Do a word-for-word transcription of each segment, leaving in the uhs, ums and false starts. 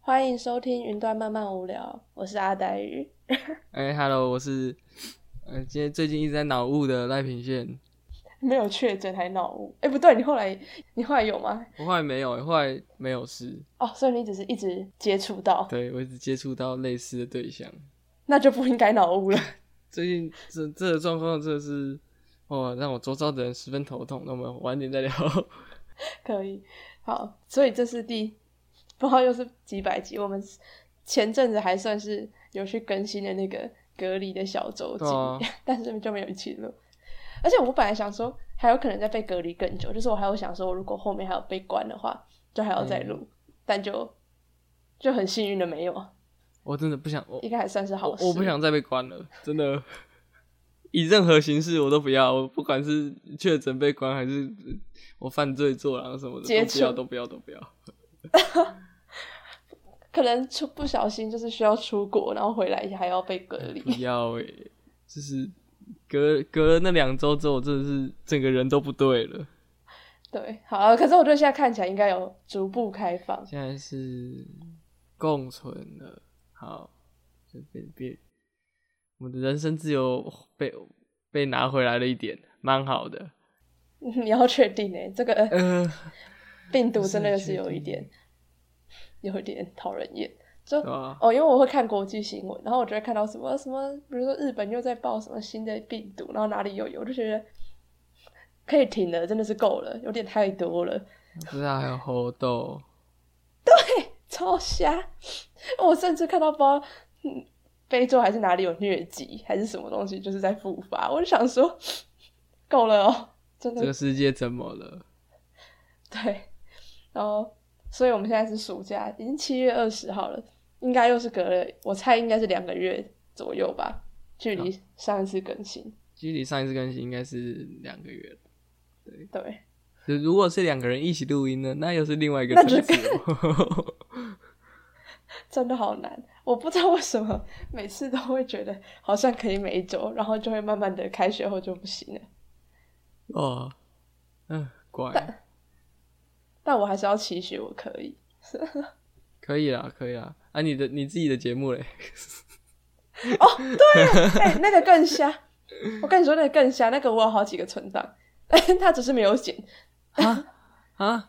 欢迎收听云端慢慢无聊，我是阿呆鱼。 哎、欸、，Hello， 我是呃，今天最近一直在脑雾的赖品宪。 没有确诊还脑雾？哎、欸，不对，你后来你后来有吗？ 我后来没有，后来没有事。 哦，所以你只是一直接触到。 对，我一直接触到类似的对象， 那就不应该脑雾了。 最近这这个状况真的是，哦，让我周遭的人十分头痛。那我们晚点再聊。 可以，好，所以这是第不知道又是几百集，我们前阵子还算是有去更新的那个隔离的小周记，啊、但是就没有一起录。而且我本来想说还有可能再被隔离更久，就是我还有想说如果后面还有被关的话就还要再录、嗯、但就就很幸运的没有。 我真的不想，我应该还算是好事。 我, 我不想再被关了，真的，以任何形式我都不要，我不管是确诊被关还是我犯罪坐牢什么的都不要都不要都不要可能出不小心就是需要出国，然后回来还要被隔离。 不要欸，就是隔隔了那两周之后，我真的是整个人都不对了。 对，好，可是我觉得现在看起来应该有逐步开放。 现在是共存了，好，就别别，我们的人身自由被被拿回来了一点，蛮好的。 你要确定欸，这个呃病毒真的是有一点。有一点讨人厌，就、啊、哦，因为我会看国际新闻，然后我就会看到什么什么，比如说日本又在爆什么新的病毒，然后哪里又有，我就觉得可以停了，真的是够了，有点太多了。 不是还有猴痘？ 对，超瞎！我甚至看到不知道、嗯、非洲还是哪里有疟疾还是什么东西，就是在复发，我就想说够了哦，真的。 这个世界怎么了？ 对，然后。所以我们现在是暑假，已经七月二十号了，应该又是隔了，我猜应该是两个月左右吧，距离上一次更新。 距离上一次更新应该是两个月了。对对， 如果是两个人一起录音呢，那又是另外一个层次哦。 真的好难，我不知道为什么每次都会觉得好像可以每一周，然后就会慢慢的开学后就不行了。 哦，嗯，乖。 但我还是要期许我可以。 可以啦，可以啦。啊，你的你自己的节目嘞？ 哦，对，哎、欸，那个更瞎。我跟你说，那个更瞎，那个我有好几个存档，他只是没有剪。 啊啊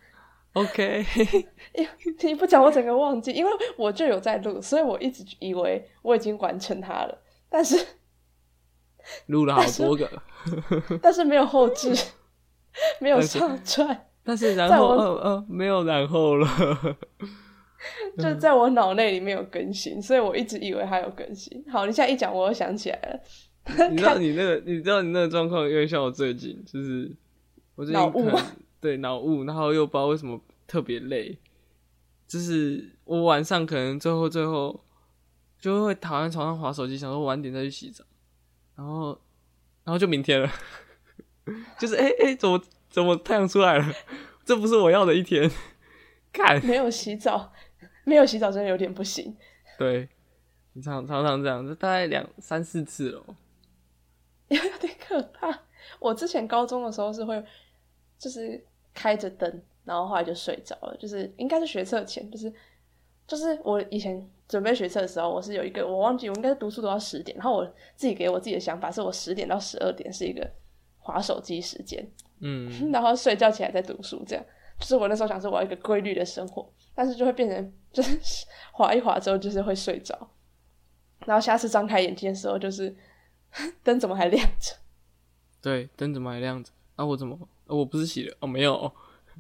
，OK 你不讲我整个忘记，因为我就有在录，所以我一直以为我已经完成它了，但是录了好多个， 但是, 但是没有后置，没有上传。 但是然后呃呃没有然后了， 就在我脑内里面有更新，所以我一直以为它有更新。好，你现在一讲，我又想起来了。 你知道你那个，你知道你那个状况有点像我最近，就是我最近可能对脑雾，然后又不知道为什么特别累，就是我晚上可能最后最后就会躺在床上滑手机，想说晚点再去洗澡，然后然后就明天了，就是哎哎、欸欸、怎么？怎么太阳出来了？这不是我要的一天。看， 没有洗澡，没有洗澡真的有点不行。 对，你常常常这样，这大概两三四次了， 有点可怕。我之前高中的时候是会，就是开着灯，然后后来就睡着了。就是应该是学测前，就是就是我以前准备学测的时候，我是有一个我忘记，我应该是读书读到十点，然后我自己给我自己的想法是我十点到十二点是一个滑手机时间。嗯，然后睡觉起来再读书，这样就是我那时候想说我要一个规律的生活，但是就会变成就是滑一滑之后就是会睡着，然后下次张开眼睛的时候就是灯怎么还亮着？ 对，灯怎么还亮着？啊，我怎么、哦、我不是洗了？哦，没有哦。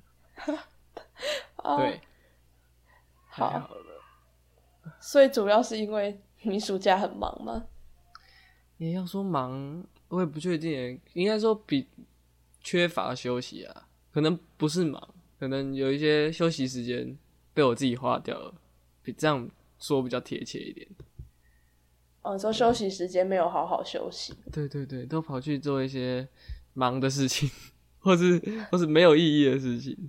哦对， 好， 太好了。 所以主要是因为你暑假很忙吗？ 你要说忙，我也不确定，应该说比。缺乏休息啊，可能不是忙，可能有一些休息时间被我自己花掉了，比这样说比较贴切一点。 哦，说休息时间没有好好休息。 对对对，都跑去做一些忙的事情，或是或是没有意义的事情。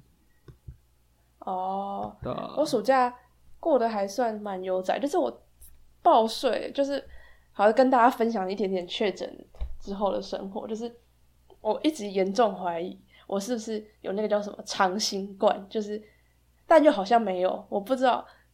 哦， 对啊， 我暑假过得还算蛮悠哉，就是我报税，就是好像跟大家分享一点点确诊之后的生活，就是我一直严重怀疑我是不是有那个叫什么长新冠，就是但又好像没有，我不知道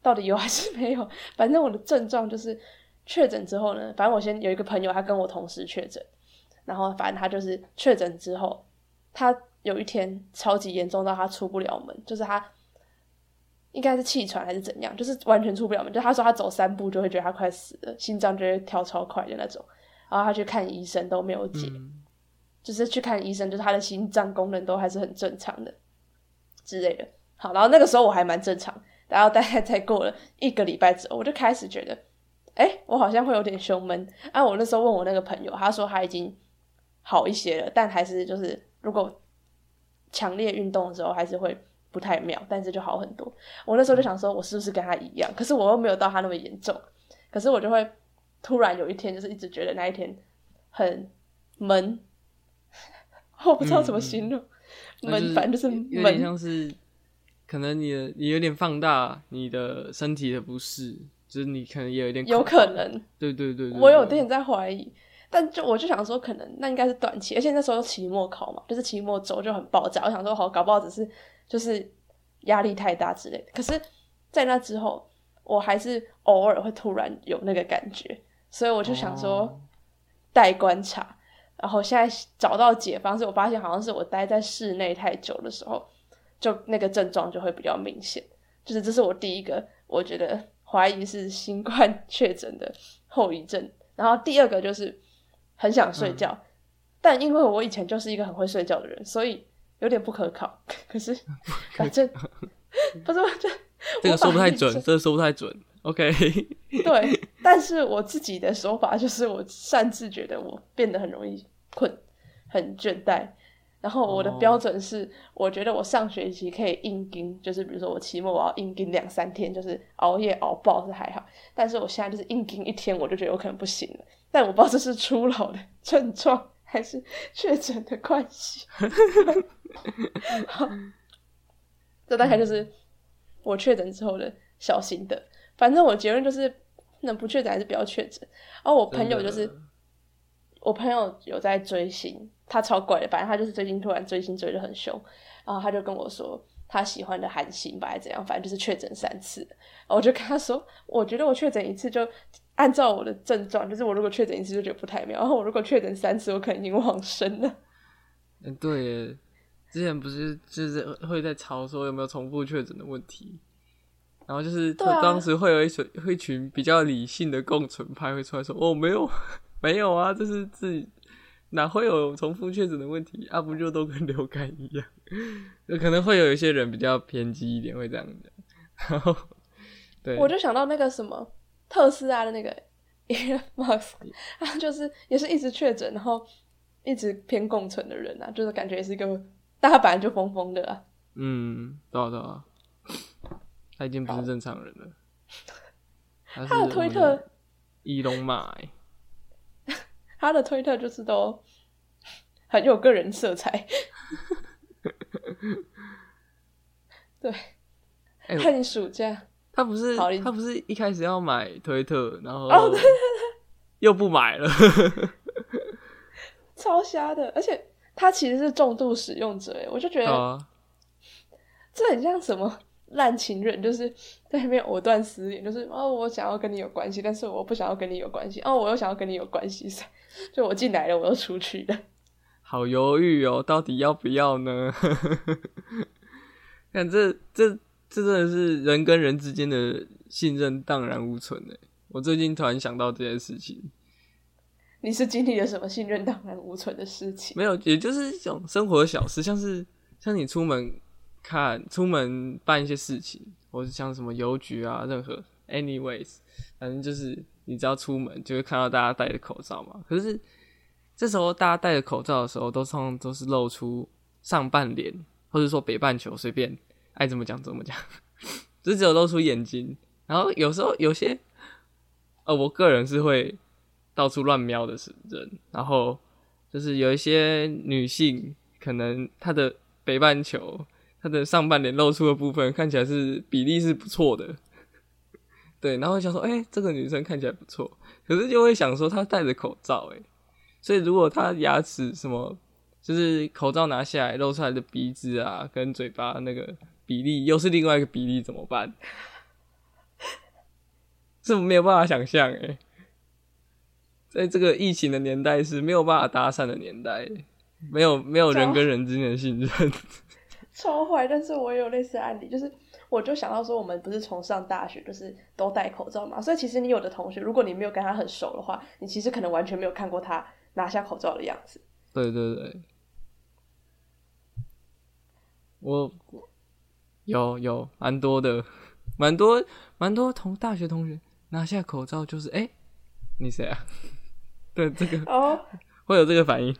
到底有还是没有。反正我的症状就是确诊之后呢，反正我先有一个朋友，他跟我同时确诊，然后反正他就是确诊之后，他有一天超级严重到他出不了门，就是他应该是气喘还是怎样，就是完全出不了门。就他说他走三步就会觉得他快死了，心脏就会跳超快的那种。然后他去看医生都没有解，嗯、就是去看医生，就是他的心脏功能都还是很正常的之类的。好，然后那个时候我还蛮正常，然后大概再过了一个礼拜之后，我就开始觉得，哎，我好像会有点胸闷。啊，我那时候问我那个朋友，他说他已经好一些了，但还是就是如果强烈运动的时候还是会不太妙，但是就好很多。我那时候就想说，我是不是跟他一样？可是我又没有到他那么严重，可是我就会突然有一天，就是一直觉得那一天很闷，我不知道怎么形容，闷、嗯，反正就是闷， 有点像是可能你的你有点放大你的身体的不适，就是你可能也有一点有可能， 对对 对, 对, 对， 我有点在怀疑。但就我就想说，可能那应该是短期，而且那时候期末考嘛，就是期末周就很爆炸。我想说，好，搞不好只是就是压力太大之类的。可是，在那之后，我还是偶尔会突然有那个感觉，所以我就想说，待观察。哦、然后现在找到解方是，我发现好像是我待在室内太久的时候，就那个症状就会比较明显。就是这是我第一个，我觉得怀疑是新冠确诊的后遗症。然后第二个就是很想睡觉，嗯、但因为我以前就是一个很会睡觉的人，所以有点不可靠。可是反正不是就这个说不太准，这个说不太准。OK， 对，但是我自己的手法就是我擅自觉得我变得很容易困，很倦怠。然后我的标准是，我觉得我上学期可以硬盯，就是比如说我期末我要硬盯两三天，就是熬夜熬爆是还好，但是我现在就是硬盯一天，我就觉得我可能不行了。但我不知道这是初老的症状还是确诊的关系。好，这大概就是我确诊之后的小心得。反正我结论就是，能不确诊还是不要确诊。然后我朋友就是，我朋友有在追星，他超怪的，反正他就是最近突然追星追得很凶，然后他就跟我说他喜欢的韩星吧，还是怎样，反正就是确诊三次。然后我就跟他说，我觉得我确诊一次就按照我的症状，就是我如果确诊一次就觉得不太妙，然后我如果确诊三次，我可能已经往生了。 嗯，对耶，之前不是就是会在吵说有没有重复确诊的问题。然后就是，啊、当时会有一群一群比较理性的共存派会出来说：“哦，没有，没有啊，这是自己哪会有重复确诊的问题啊？不就都跟流感一样？”就可能会有一些人比较偏激一点，会这样的。然后，对， 我就想到那个什么特斯拉的那个 Elon Musk， 他就是也是一直确诊，然后一直偏共存的人啊，就是感觉也是一个大家本来就疯疯的啊。 嗯，对啊，对啊。他已经不是正常人了。他, 他的推特伊隆马， 他的推特就是都很有个人色彩。对，欸、看你暑假， 他不是他不是一开始要买推特，然后哦对对对， 又不买了， 超瞎的。而且他其实是重度使用者，我就觉得、啊、这很像什么。烂情人，就是在那边藕断丝连，就是哦，我想要跟你有关系，但是我不想要跟你有关系，哦，我又想要跟你有关系，就我进来了，我又出去了， 好犹豫哦，到底要不要呢？看这这这真的是人跟人之间的信任荡然无存耶。我最近突然想到这件事情。 你是经历了什么信任荡然无存的事情？ 没有，也就是一种生活的小事，像是像你出门。看出门办一些事情，或是像什么邮局啊，任何 anyways， 反正就是你只要出门就会看到大家戴着口罩嘛。可是这时候大家戴着口罩的时候，都通常都是露出上半脸，或者说北半球，随便爱怎么讲怎么讲，就只有露出眼睛。然后有时候有些，呃，我个人是会到处乱瞄的人，然后就是有一些女性，可能她的北半球。他的上半脸露出的部分看起来是比例是不错的，对，然后想说，哎、欸，这个女生看起来不错，可是就会想说她戴着口罩、欸，哎，所以如果她牙齿什么，就是口罩拿下来露出来的鼻子啊跟嘴巴那个比例又是另外一个比例怎么办？ 是没有办法想象诶，在这个疫情的年代是没有办法搭讪的年代，没有没有人跟人之间的信任， 超坏。但是我也有类似的案例，就是我就想到说，我们不是从上大学就是都戴口罩嘛，所以其实你有的同学，如果你没有跟他很熟的话，你其实可能完全没有看过他拿下口罩的样子。 对对对，我有有蛮多的，蛮多蛮多同大学同学拿下口罩就是哎、欸，你谁啊？对，这个哦，会有这个反应。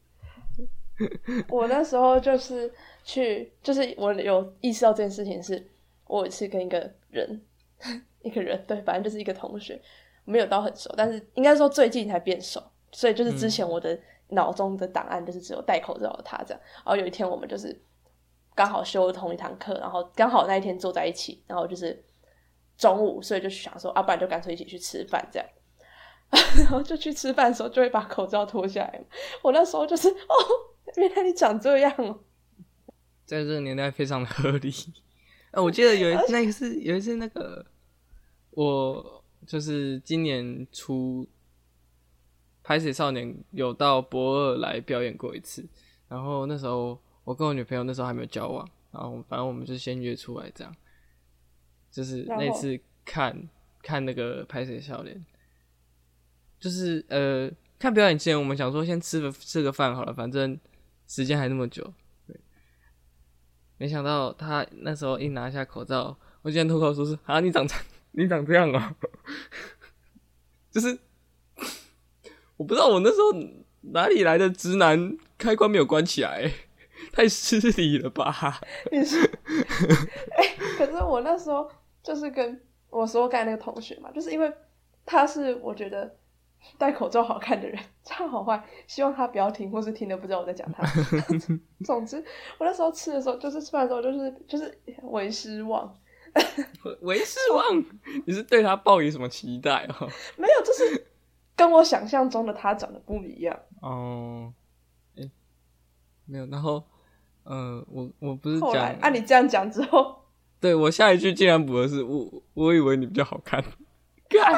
我那时候就是去，就是我有意识到这件事情是，我有一次跟一个人，一个人对，反正就是一个同学，没有到很熟，但是应该说最近才变熟，所以就是之前我的脑中的档案就是只有戴口罩的他这样。然后有一天我们就是刚好修了同一堂课，然后刚好那一天坐在一起，然后就是中午，所以就想说啊，不然就干脆一起去吃饭这样。然后就去吃饭的时候就会把口罩脱下来。我那时候就是哦，原来你长这样哦， 在这个年代非常的合理。啊，我记得有一那个是有一次那个我就是今年初拍水少年有到博二来表演过一次，然后那时候我跟我女朋友那时候还没有交往，然后反正我们就先约出来这样，就是那次看看那个拍水少年。就是呃，看表演前我们想说先吃个吃个饭好了，反正时间还那么久。对，没想到他那时候一拿下口罩，我竟然脱口说是啊，你长这你长这样哦、喔，就是我不知道我那时候哪里来的直男开关没有关起来、欸，太失礼了吧？ 你是哎、欸，可是我那时候就是跟我说刚才那个同学嘛，就是因为他是我觉得。戴口罩好看的人，这样好坏，希望他不要听，或是听了不知道我在讲他。总之，我那时候吃的时候，就是吃饭的时候，就是就是为失望， 为失望。你是对他抱以什么期待哦？ 没有，就是跟我想象中的他长得不一样。 哦，哎、欸，没有。然后，呃，我我不是讲， 按、啊、你这样讲之后， 对我下一句竟然补的是我，我以为你比较好看。干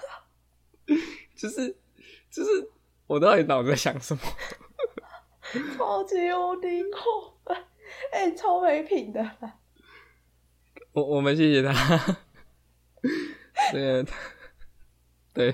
就是就是我到底脑子在想什么？ 超级无敌后分，哎、欸，超没品的。 我我们谢谢他。对，对，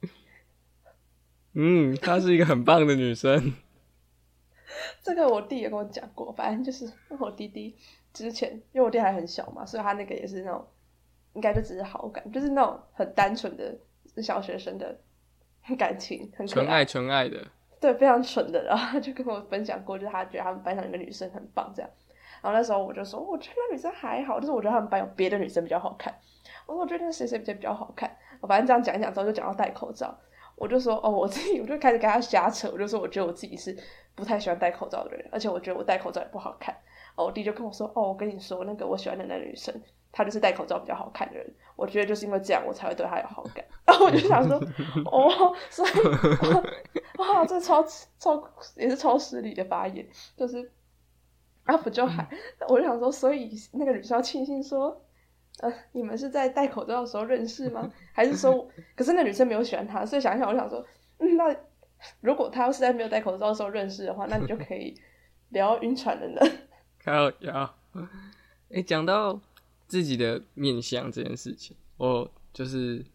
嗯，她是一个很棒的女生。 这个我弟也跟我讲过，反正就是我弟弟之前，因为我弟还很小嘛，所以他那个也是那种，应该就只是好感，就是那种很单纯的小学生的。感情很可爱， 纯爱纯爱的， 对，非常纯的。然后他就跟我分享过，就是他觉得他们班上有个女生很棒这样。然后那时候我就说，我觉得那女生还好，就是我觉得他们班有别的女生比较好看。我说我觉得那谁谁比较好看。我反正这样讲一讲之后，就讲到戴口罩。我就说哦，我自己我就开始跟他瞎扯，我就说我觉得我自己是不太喜欢戴口罩的人，而且我觉得我戴口罩也不好看。然后我弟就跟我说，哦，我跟你说，那个我喜欢的那个女生。他就是戴口罩比较好看的人，我觉得就是因为这样，我才会对他有好感。然后我就想说，哦，所以，哇，这超超也是超失礼的发言，就是啊，不就还，嗯、我就想说，所以那个女生要庆幸说，呃，你们是在戴口罩的时候认识吗？还是说，可是那女生没有喜欢他，所以想一想，我就想说，嗯，那如果他要是在没有戴口罩的时候认识的话，那你就可以不要晕船了呢。 靠腰，哎，讲到。自己的面相这件事情，我就是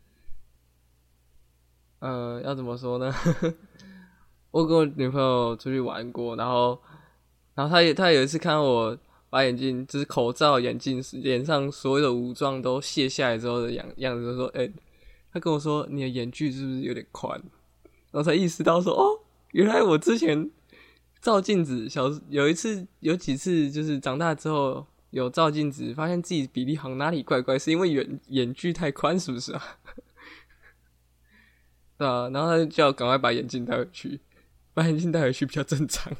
呃，要怎么说呢？我跟我女朋友出去玩过，然后，然后她也她有一次看到我把眼镜，就是口罩、眼镜、脸上所有的武装都卸下来之后的样样子，就说：“哎、欸，她跟我说你的眼距是不是有点宽？”然后才意识到说：“哦，原来我之前照镜子，小有一次有几次就是长大之后。”有照镜子，发现自己比例好像哪里怪怪，是因为眼眼距太宽，是不是啊？对啊，然后他就叫我赶快把眼镜带回去，把眼镜带回去比较正常。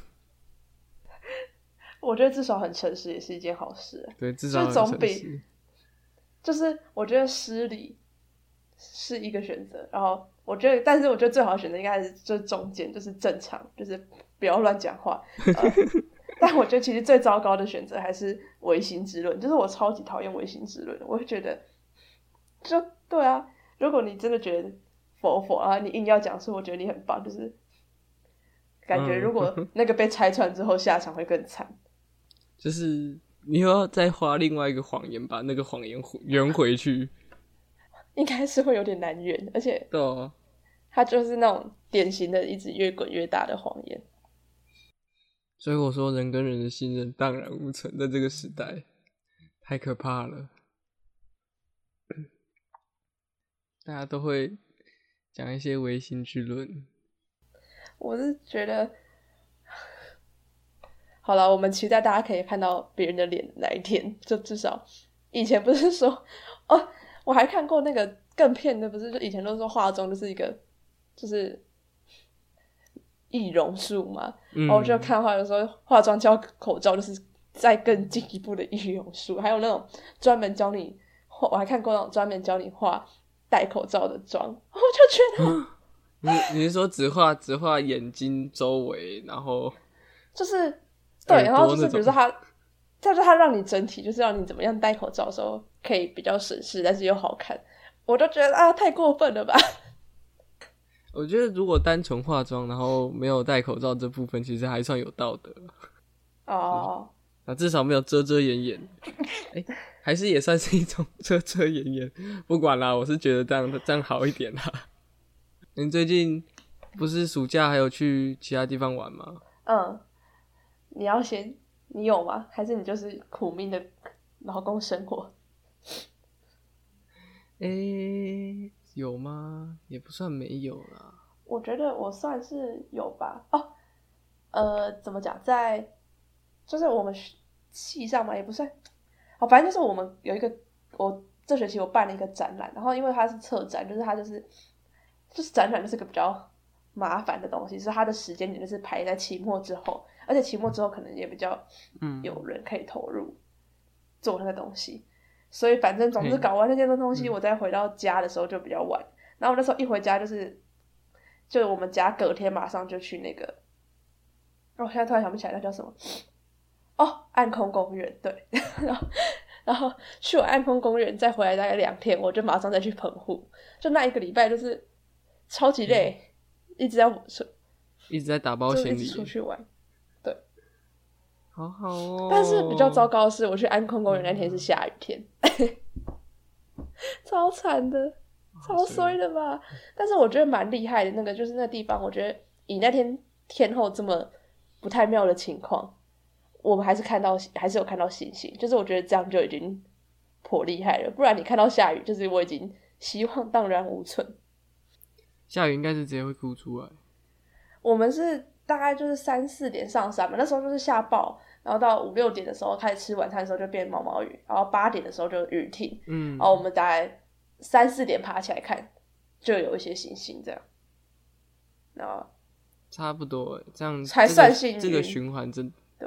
我觉得至少很诚实也是一件好事。 对，至少很诚实。就总比， 就是我觉得失礼是一个选择，然后我觉得，但是我觉得最好的选择应该是就是中间，就是正常，就是不要乱讲话。呃但我觉得其实最糟糕的选择还是唯心之论，就是我超级讨厌唯心之论，我会觉得，就对啊， 如果你真的觉得佛佛啊，你硬要讲述，我觉得你很棒，就是感觉如果那个被拆穿之后，下场会更惨。 就是你又要再花另外一个谎言把那个谎言圆回去， 应该是会有点难圆，而且对啊， 它就是那种典型的一直越滚越大的谎言。 所以我说人跟人的信任荡然无存，在这个时代太可怕了。大家都会讲一些唯心之论。 我是觉得好了，我们期待大家可以看到别人的脸哪一天，就至少以前不是说哦，我还看过那个更骗的，不是就以前都说化妆就是一个就是易容术嘛， 嗯、 然后我就看话的时候，化妆加口罩就是再更进一步的易容术，还有那种专门教你，我还看过那种专门教你画戴口罩的妆，我就觉得你你是说只画只画眼睛周围，然后就是对，然后就是比如说他，就是他让你整体就是让你怎么样戴口罩的时候可以比较省事，但是又好看，我就觉得啊太过分了吧。 我觉得如果单纯化妆然后没有戴口罩这部分其实还算有道德哦、 嗯啊、至少没有遮遮掩掩欸，还是也算是一种遮遮掩掩，不管啦，我是觉得这样这样好一点啦。你最近不是暑假还有去其他地方玩吗？ 嗯，你要先，你有吗？还是你就是苦命的劳工生活？ 诶、欸，有吗？也不算没有啦。 我觉得我算是有吧。哦，呃，怎么讲，在就是我们系上嘛，也不算。哦，反正就是我们有一个，我这学期我办了一个展览，然后因为它是策展，就是它就是就是展览就是个比较麻烦的东西，所以它的时间点就是排在期末之后，而且期末之后可能也比较有人可以投入做那个东西。所以反正总之搞完那件东西，我再回到家的时候就比较晚。然后我那时候一回家就是，就我们家隔天马上就去那个，我、哦、现在突然想不起来那叫什么，哦，暗空公园，对。然后然后去完暗空公园再回来大概两天，我就马上再去澎湖。就那一个礼拜就是超级累，嗯、一直在一直在打包行李， 一直出去玩。对， 好好哦。 但是比较糟糕的是，我去安空公园那天是下雨天，嗯、超惨的，超衰的吧？但是我觉得蛮厉害的，那个就是那个地方，我觉得以那天天后这么不太妙的情况，我们还是看到，还是有看到星星，就是我觉得这样就已经颇厉害了。不然你看到下雨，就是我已经希望荡然无存。 下雨应该是直接会哭出来。 我们是大概就是三四点上山嘛，那时候就是下暴，然后到五六点的时候开始吃晚餐的时候就变毛毛雨，然后八点的时候就雨停，嗯，然后我们大概三四点爬起来看，就有一些星星这样，然后差不多这样才算幸运。 这个循环真对，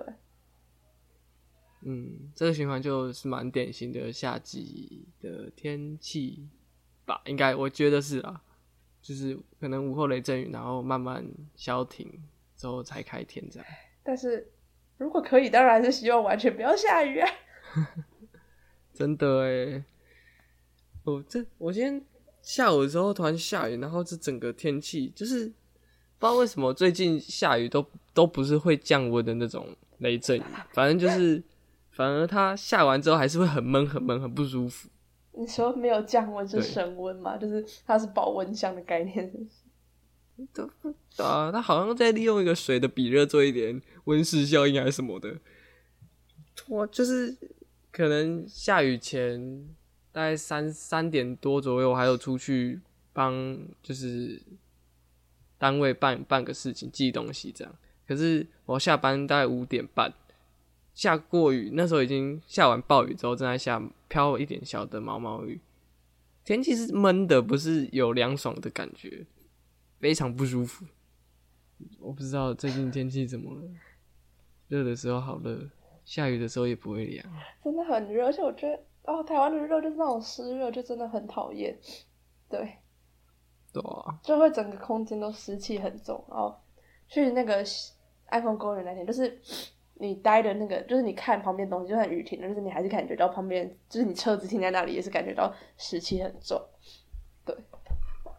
嗯，这个循环就是蛮典型的夏季的天气吧，应该我觉得是啦。就是可能午后雷阵雨，然后慢慢消停之后才开天这样。 但是如果可以，当然还是希望完全不要下雨啊。 真的耶，哦，这我今天下午的时候突然下雨，然后这整个天气就是不知道为什么最近下雨都都不是会降温的那种雷阵雨，反正就是反而它下完之后还是会很闷很闷很不舒服。 你说没有降温是升温嘛？就是它是保温箱的概念，是不是？ 都不懂啊，他好像在利用一个水的比热做一点温室效应还是什么的。我就是可能下雨前大概三三点多左右，我还有出去帮就是单位办办个事情，寄东西这样。可是我下班大概五点半。下过雨，那时候已经下完暴雨之后，正在下飘一点小的毛毛雨，天气是闷的，不是有凉爽的感觉，非常不舒服。我不知道最近天气怎么了，热的时候好热，下雨的时候也不会凉， 真的很热。而且我觉得哦，台湾的热就是那种湿热，就真的很讨厌。对， 对啊， 就会整个空间都湿气很重。然后去那个安丰公园那天，就是你待的那个，就是你看旁边东西，就算雨停了，就是你还是感觉到旁边，就是你车子停在那里，也是感觉到湿气很重。对，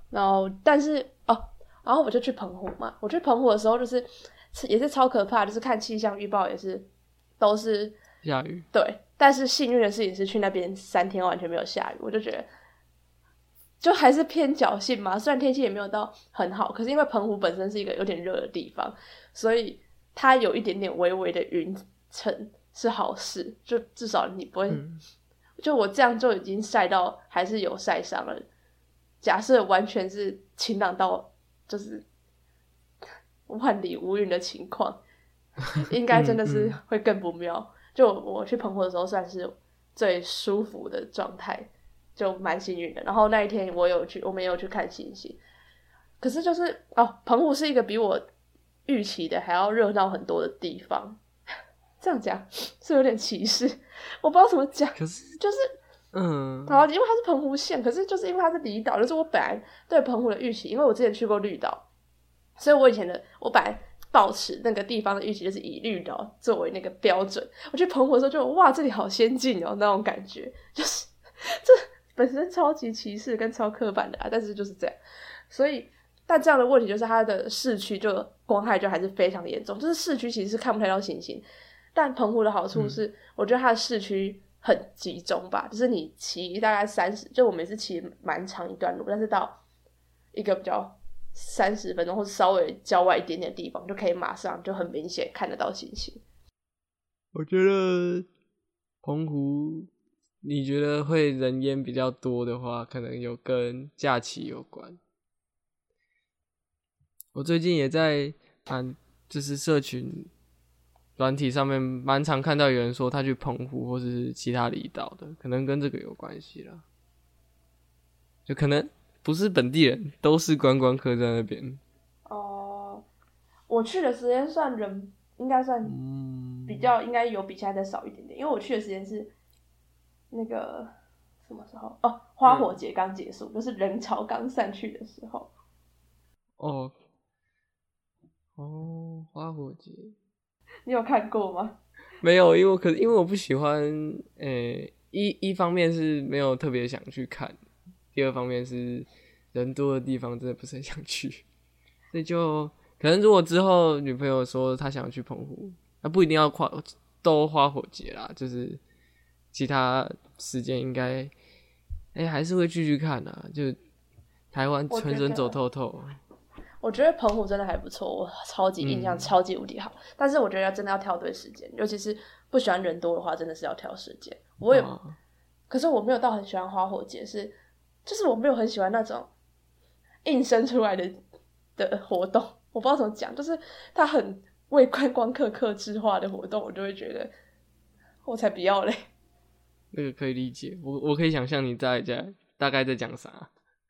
然后但是哦，然后我就去澎湖嘛，我去澎湖的时候就是也是超可怕，就是看气象预报也是都是下雨， 对，但是幸运的事情是去那边三天完全没有下雨，我就觉得就还是偏侥幸嘛，虽然天气也没有到很好，可是因为澎湖本身是一个有点热的地方，所以它有一点点微微的云层是好事，就至少你不会、嗯、就我这样就已经晒到还是有晒伤了，假设完全是晴朗到就是万里无云的情况应该真的是会更不妙、嗯嗯、就我去澎湖的时候算是最舒服的状态，就蛮幸运的。然后那一天我有去，我们也有去看星星。可是就是哦，澎湖是一个比我预期的还要热闹很多的地方。这样讲是有点歧视，我不知道怎么讲。 可是就是嗯， 好，因为它是澎湖县，可是就是因为它是离岛，就是我本来对澎湖的预期，因为我之前去过绿岛，所以我以前的我本来抱持那个地方的预期就是以绿岛作为那个标准。我去澎湖的时候就哇，这里好先进哦，那种感觉就是这本身超级歧视跟超刻板的啊，但是就是这样。所以但这样的问题就是它的市区就光害就还是非常严重，就是市区其实是看不太到星星，但澎湖的好处是、嗯、我觉得它的市区很集中吧，就是你骑大概三十，就我每次骑蛮长一段路，但是到一个比较三十分钟或是稍微郊外一点点的地方就可以马上就很明显看得到星星。 我觉得澎湖你觉得会人烟比较多的话，可能有跟假期有关。我最近也在蛮就是社群软体上面蛮常看到有人说他去澎湖或是其他离岛的，可能跟这个有关系啦。就可能不是本地人，都是观光客在那边。 哦、呃，我去的时间算人应该算比较、嗯、应该有比现在再少一点点，因为我去的时间是那个什么时候？哦，花火节刚结束、嗯，就是人潮刚散去的时候。 哦。哦，花火节， 你有看过吗？ 没有，因为可是因为我不喜欢，诶、欸，一一方面是没有特别想去看，第二方面是人多的地方真的不是很想去，所以就可能如果之后女朋友说她想去澎湖，那不一定要跨都花火节啦，就是其他时间应该，哎、欸，还是会继续看啊，就台湾全省走透透。 我觉得澎湖真的还不错，我超级印象超级无敌好、嗯、但是我觉得真的要挑对时间，尤其是不喜欢人多的话真的是要挑时间。我也、哦、可是我没有到很喜欢花火节，是就是我没有很喜欢那种硬生出来的的活动，我不知道怎么讲，就是它很为观光客客制化的活动，我就会觉得我才不要嘞。 那个可以理解，我我可以想象你在家大概在讲啥。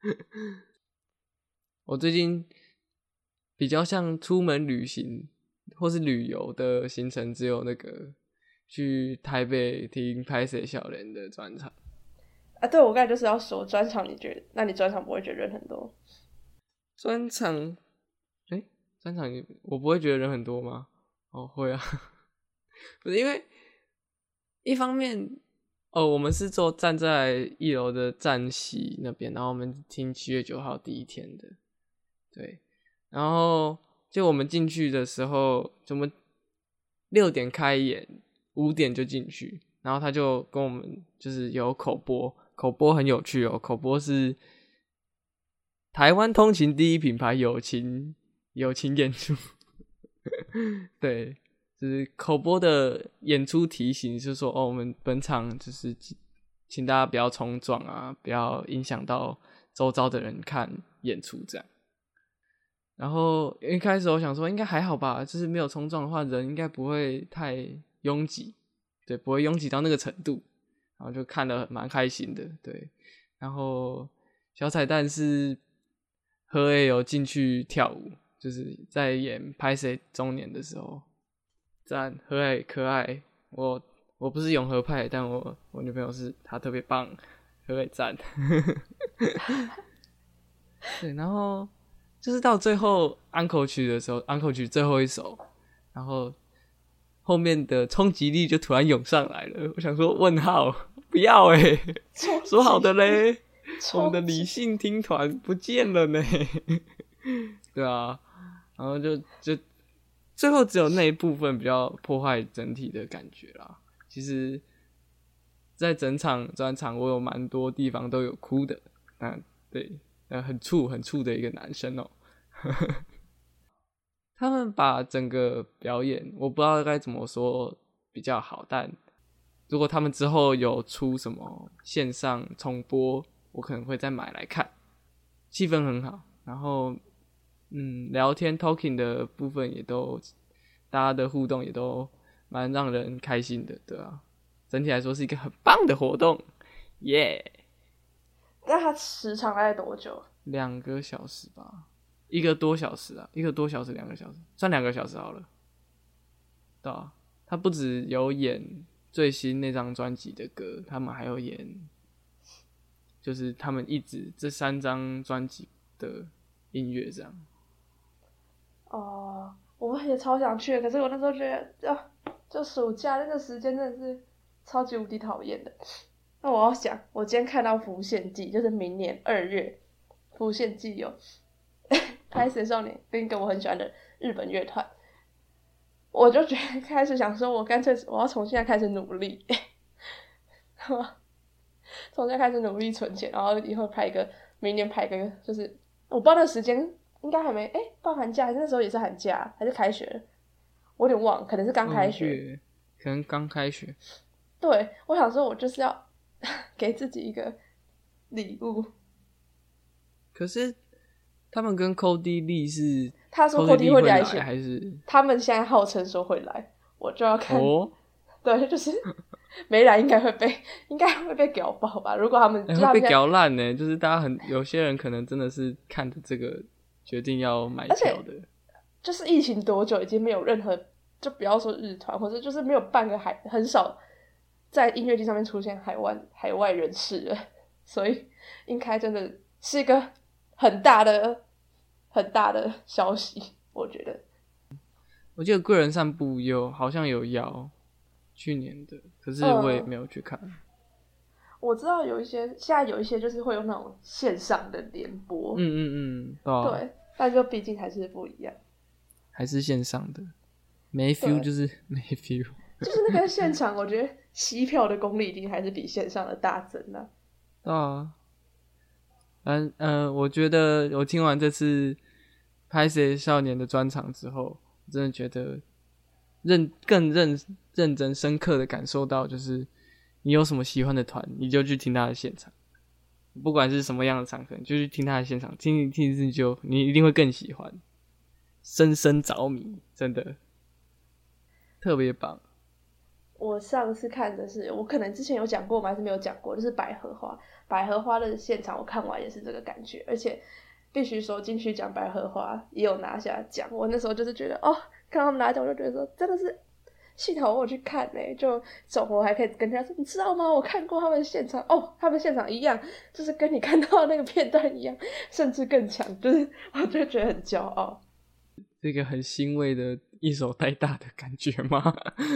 我最近比较像出门旅行或是旅游的行程，只有那个去台北听拍摄小人的专场啊。对，我刚才就是要说专场，你觉得？那你专场不会觉得人很多？ 专场，哎、欸，专场我不会觉得人很多吗？哦，会啊，不是因为一方面哦，我们是坐站在一楼的站席那边，然后我们听七月九号第一天的，对。然后就我们进去的时候，我们六点开演，五点就进去，然后他就跟我们就是有口播，口播很有趣哦，口播是台湾通勤第一品牌友情友情演出，对，就是口播的演出提醒，就是说哦，我们本场就是请大家不要冲撞啊，不要影响到周遭的人看演出这样。然后一开始我想说应该还好吧，就是没有冲撞的话人应该不会太拥挤，对，不会拥挤到那个程度，然后就看得蛮开心的，对。然后小彩蛋是何也有进去跳舞，就是在演拍摄周年的时候，赞，何也可爱，我我不是永和派，但我我女朋友是她特别棒，何也赞。对，然后就是到最后安可曲的时候，安可曲最后一首，然后后面的冲击力就突然涌上来了。我想说问号，不要欸，说好的嘞， 我们的理性听团不见了呢。对啊，然后就就最后只有那一部分比较破坏整体的感觉啦。其实，在整场专场，我有蛮多地方都有哭的。啊，对，呃，很醋很醋的一个男生哦、喔。他们把整个表演，我不知道该怎么说比较好，但如果他们之后有出什么线上重播，我可能会再买来看。气氛很好，然后嗯，聊天 talking 的部分也都，大家的互动也都蛮让人开心的，对啊。整体来说是一个很棒的活动，耶、yeah ！ 那它时长大概多久？ 两个小时吧，一个多小时啊，一个多小时，两个小时，算两个小时好了。对啊，他不只有演最新那张专辑的歌，他们还有演，就是他们一直这三张专辑的音乐这样。 哦，我也超想去的，可是我那时候觉得，啊，就暑假那个时间真的是超级无敌讨厌的。那我要想，我今天看到《浮现记》，就是明年二月，《浮现记》有拍死少年跟一个我很喜欢的日本乐团，我就觉得开始想说，我干脆我要从现在开始努力，从现在开始努力存钱，然后以后拍一个，明年拍一个，就是我不知道那个时间应该还没，哎，放寒假还是那时候也是寒假，还是开学了，我有点忘了，可能是刚开学， 可能刚开学。 对，我想说，我就是要给自己一个礼物。 可是他们跟 Cody Lee 是， 他说 Cody 会来还是？ 他们现在号称说会来，我就要看。 哦， 对，就是没来应该会被应该会被屌爆吧？如果他们、 欸、会被屌烂呢，就是大家很有些人可能真的是看着这个决定要买票的。 就是疫情多久，已经没有任何，就不要说日团，或者就是没有半个海很少在音乐季上面出现海外海外人士了，所以应该真的是一个很大的很大的消息，我觉得。 我记得贵人散步有好像有邀去年的，可是我也没有去看。 嗯、我知道有一些现在有一些就是会有那种线上的联播， 嗯嗯嗯，对、啊， 对，但就毕竟还是不一样， 还是线上的，没 feel 就是没 feel， 就是那个现场，我觉得吸票的功力一定还是比线上的大增啊。 对啊，嗯嗯、呃，我觉得我听完这次拍摄少年的专场之后，我真的觉得认更认认真深刻的感受到，就是你有什么喜欢的团，你就去听他的现场，不管是什么样的场合，就去听他的现场，听一听一听就你一定会更喜欢，深深着迷，真的特别棒。 我上次看的是，我可能之前有讲过吗？还是没有讲过？就是百合花，百合花的现场我看完也是这个感觉，而且必须说金曲奖百合花也有拿下奖。我那时候就是觉得，哦，看到他们拿奖，我就觉得说，真的是幸好我有去看呢、欸，就走我还可以跟人家说，你知道吗？我看过他们现场，哦，他们现场一样，就是跟你看到的那个片段一样，甚至更强，就是我就觉得很骄傲。 这个很欣慰的一手带大的感觉吗？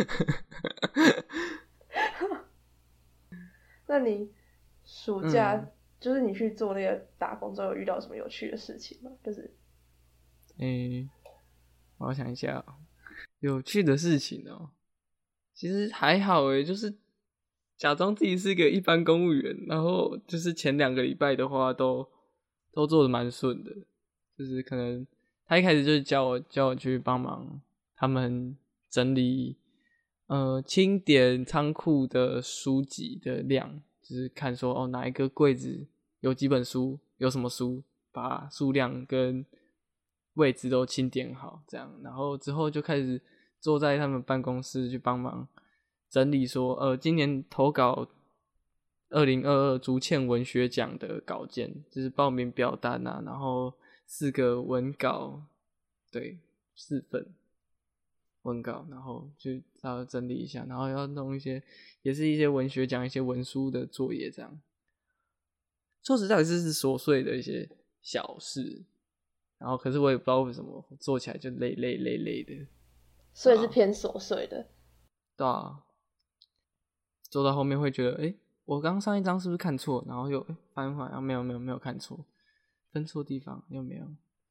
那你暑假、 嗯、 就是你去做那个打工之后，有遇到什么有趣的事情吗？就是诶、欸，我要想一下、喔，有趣的事情哦、喔。其实还好诶、欸，就是假装自己是一个一般公务员，然后就是前两个礼拜的话都都做得蛮顺的，就是可能他一开始就是叫我叫我去帮忙他们整理呃清点仓库的书籍的量，就是看说哦哪一个柜子有几本书，有什么书，把数量跟位置都清点好这样，然后之后就开始坐在他们办公室去帮忙整理说呃今年投稿二零二二竹堑文学奖的稿件，就是报名表单啊，然后四个文稿，对，四份文稿，然后去稍微整理一下，然后要弄一些，也是一些文学奖、一些文书的作业，这样。说实在，是是琐碎的一些小事，然后可是我也不知道为什么做起来就累累累累的， 所以是偏琐碎的。 对啊，做到后面会觉得，哎、欸， 我刚上一张是不是看错？然后又翻回来，啊没有没有没有看错，分错地方又没有。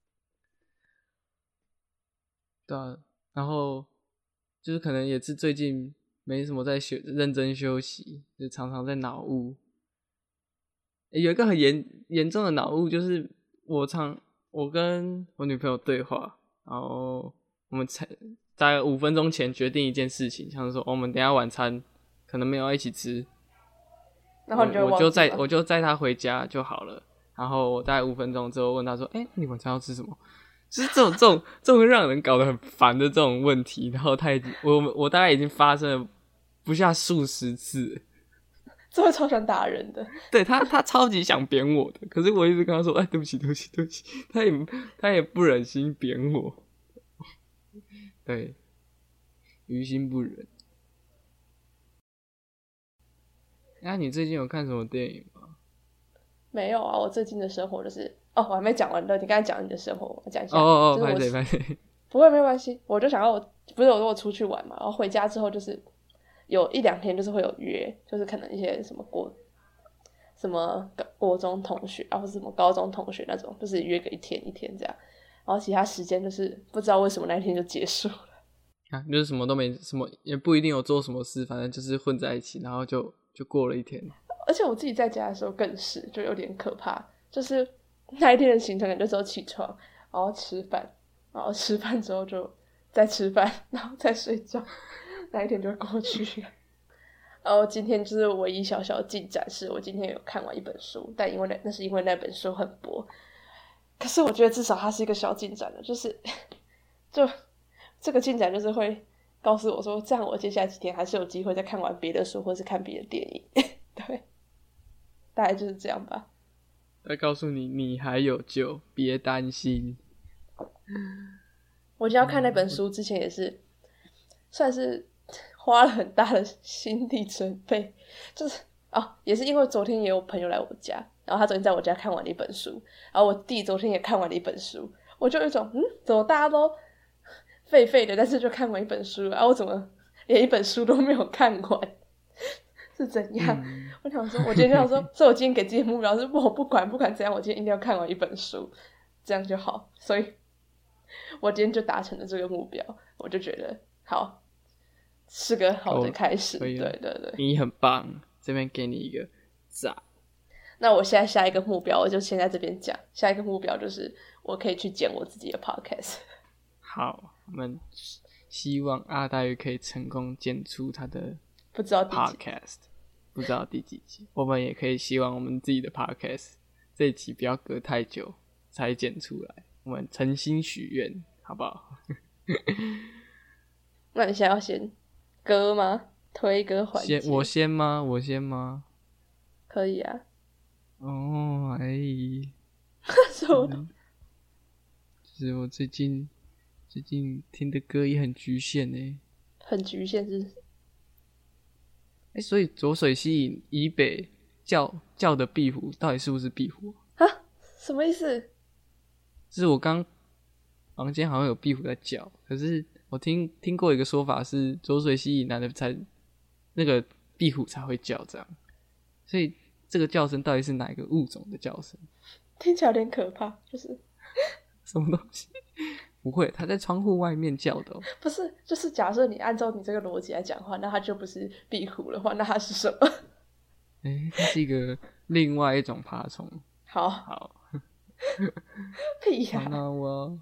对啊，然后就是可能也是最近没什么在休认真休息，就常常在脑雾。有一个很严严重的脑雾，就是我常我跟我女朋友对话，然后我们才在五分钟前决定一件事情，像是说、哦、我们等一下晚餐可能没有一起吃， 然后你就我我就载我就载她回家就好了。然后我大概五分钟之后问她说：“哎、欸，你晚餐要吃什么？”就是这种这种这种会让人搞得很烦的这种问题，然后他已经我我大概已经发生了不下数十次。 这会超想打人的。 对他，他超级想扁我的，可是我一直跟他说：“哎，对不起，对不起，对不起。”他也他也不忍心扁我，对，于心不忍。那、啊、你最近有看什么电影吗？ 没有啊，我最近的生活就是哦，我还没讲完的，你刚才讲你的生活，我讲一下。 哦哦哦， 拍谁拍谁？ 不会，没关系。我就想要我不是我说我出去玩嘛，然后回家之后就是有一两天就是会有约，就是可能一些什么国什么国中同学啊，或是什么高中同学那种，就是约个一天一天这样，然后其他时间就是不知道为什么那一天就结束了。 啊，就是什么都没，什么也不一定有做什么事，反正就是混在一起，然后就就过了一天。 而且我自己在家的时候更是，就有点可怕。就是那一天的行程，就只有起床，然后吃饭，然后吃饭之后就再吃饭，然后再睡觉，那一天就会过去了。然后今天就是唯一小小的进展是，我今天有看完一本书，但因为那那是因为那本书很薄，可是我觉得至少它是一个小进展的，就是就这个进展就是会告诉我说，这样我接下来几天还是有机会再看完别的书，或是看别的电影。对，大概就是这样吧。 再告诉你，你还有救，别担心。 我就要看那本书之前也是算是花了很大的心理准备，就是哦，也是因为昨天也有朋友来我家，然后他昨天在我家看完了一本书，然后我弟昨天也看完了一本书，我就有一种嗯，怎么大家都废废的，但是就看完一本书，啊，我怎么连一本书都没有看完？是怎样？嗯、我想说，我今天想说，所以我今天给自己的目标是，我不管不管怎样，我今天一定要看完一本书，这样就好。所以，我今天就达成了这个目标，我就觉得好，是个好的开始。哦、对对对， 你很棒，这边给你一个赞。 那我现在下一个目标，我就先在这边讲。下一个目标就是我可以去剪我自己的 podcast。 好，我们希望阿大鱼可以成功剪出他的不知道 podcast。不知道第几集，我们也可以希望我们自己的 podcast 这一集不要隔太久才剪出来，我们诚心许愿，好不好？ 那你现在要先歌吗？推歌环节？ 我先吗？我先吗？ 可以啊。 哦，哎， 什么？ 嗯，就是我最近最近听的歌也很局限呢。 很局限是？ 欸、所以浊水溪以北叫叫的壁虎到底是不是壁虎啊？什么意思？ 就是我刚房间好像有壁虎在叫，可是我听听过一个说法是浊水溪以南的才那个壁虎才会叫这样，所以这个叫声到底是哪一个物种的叫声？ 听起来有点可怕，就是什么东西？不会，它在窗户外面叫的、哦。 不是，就是假设你按照你这个逻辑来讲话，那它就不是壁虎的话，那它是什么？ 哎、欸，它是一个另外一种爬虫。 好， 好， 屁呀、 啊！那我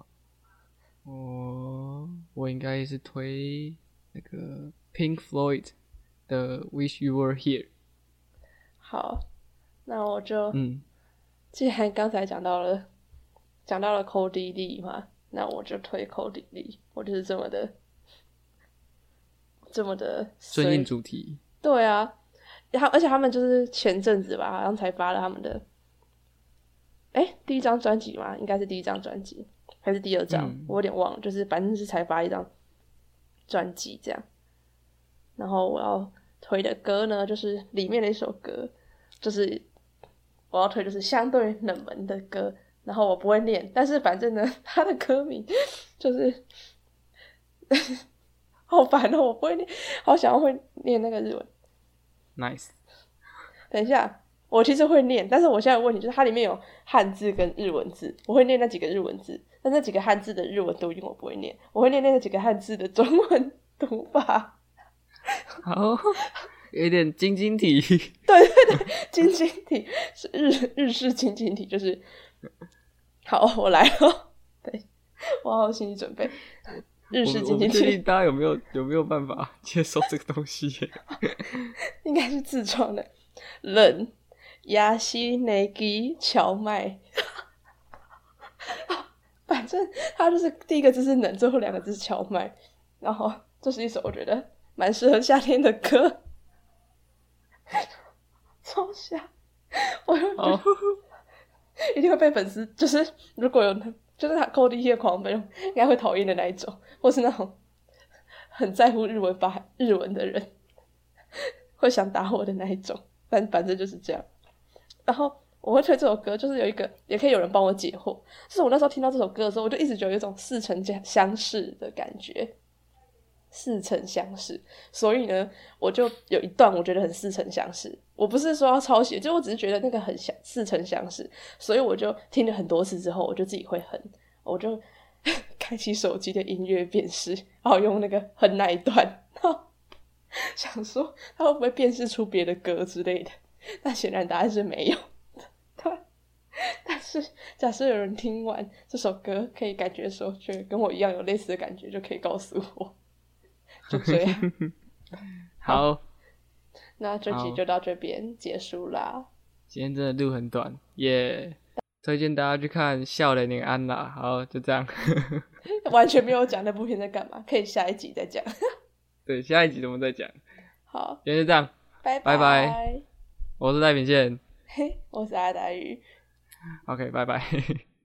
我我应该是推那个 Pink Floyd 的 Wish You Were Here。 好，那我就嗯， 既然刚才讲到了讲到了 Cody Lee 嘛。那我就推 Cody Lee，我就是这么的这么的顺应主题。 对啊，而且他们就是前阵子吧，好像才发了他们的诶第一张专辑嘛，应该是第一张专辑还是第二张、嗯、我有点忘了，就是反正是才发一张专辑这样。然后我要推的歌呢，就是里面的一首歌，就是我要推就是相对冷门的歌，然后我不会念，但是反正呢他的歌名就是好烦哦，我不会念，好想要会念那个日文。 Nice。 等一下，我其实会念，但是我现在的问题就是它里面有汉字跟日文字，我会念那几个日文字，但那几个汉字的日文读音我不会念，我会念那几个汉字的中文读法。 好，有点晶晶体。 对对对，晶晶体是日日式晶晶体，就是好，我来了。对，我好好心理准备。日式晶晶体， 我不确定大家有没有有没有办法接受这个东西耶？ 应该是自创的。冷亚西内基荞麦，反正它就是第一个字是冷，最后两个字是荞麦，然后这是一首我觉得蛮适合夏天的歌，超夏，我就觉得一定会被粉丝，就是如果有就是他扣第一些狂粉，应该会讨厌的那一种，或是那种很在乎日文发日文的人会想打我的那一种，反反正就是这样。然后我会推这首歌，就是有一个也可以有人帮我解惑。就是我那时候听到这首歌的时候，我就一直觉得有一种似曾相识的感觉，似曾相识。所以呢，我就有一段我觉得很似曾相识。我不是说要抄袭，就我只是觉得那个很像似曾相识，所以我就听了很多次之后，我就自己会哼，我就开启手机的音乐辨识，然后用那个哼那一段，然后想说他会不会辨识出别的歌之类的，但显然答案是没有。对，但是假设有人听完这首歌可以感觉说觉得跟我一样有类似的感觉，就可以告诉我。就这样。 好，好， 那这集就到这边结束啦。 今天真的路很短，也、yeah, 推荐大家去看《笑脸的安娜》。好，就这样。 完全没有讲那部片在干嘛，可以下一集再讲。 对，下一集我们再讲。 好， 今天就这样， 拜拜拜。我是戴秉宪， 嘿，我是阿达鱼。 OK， 拜拜。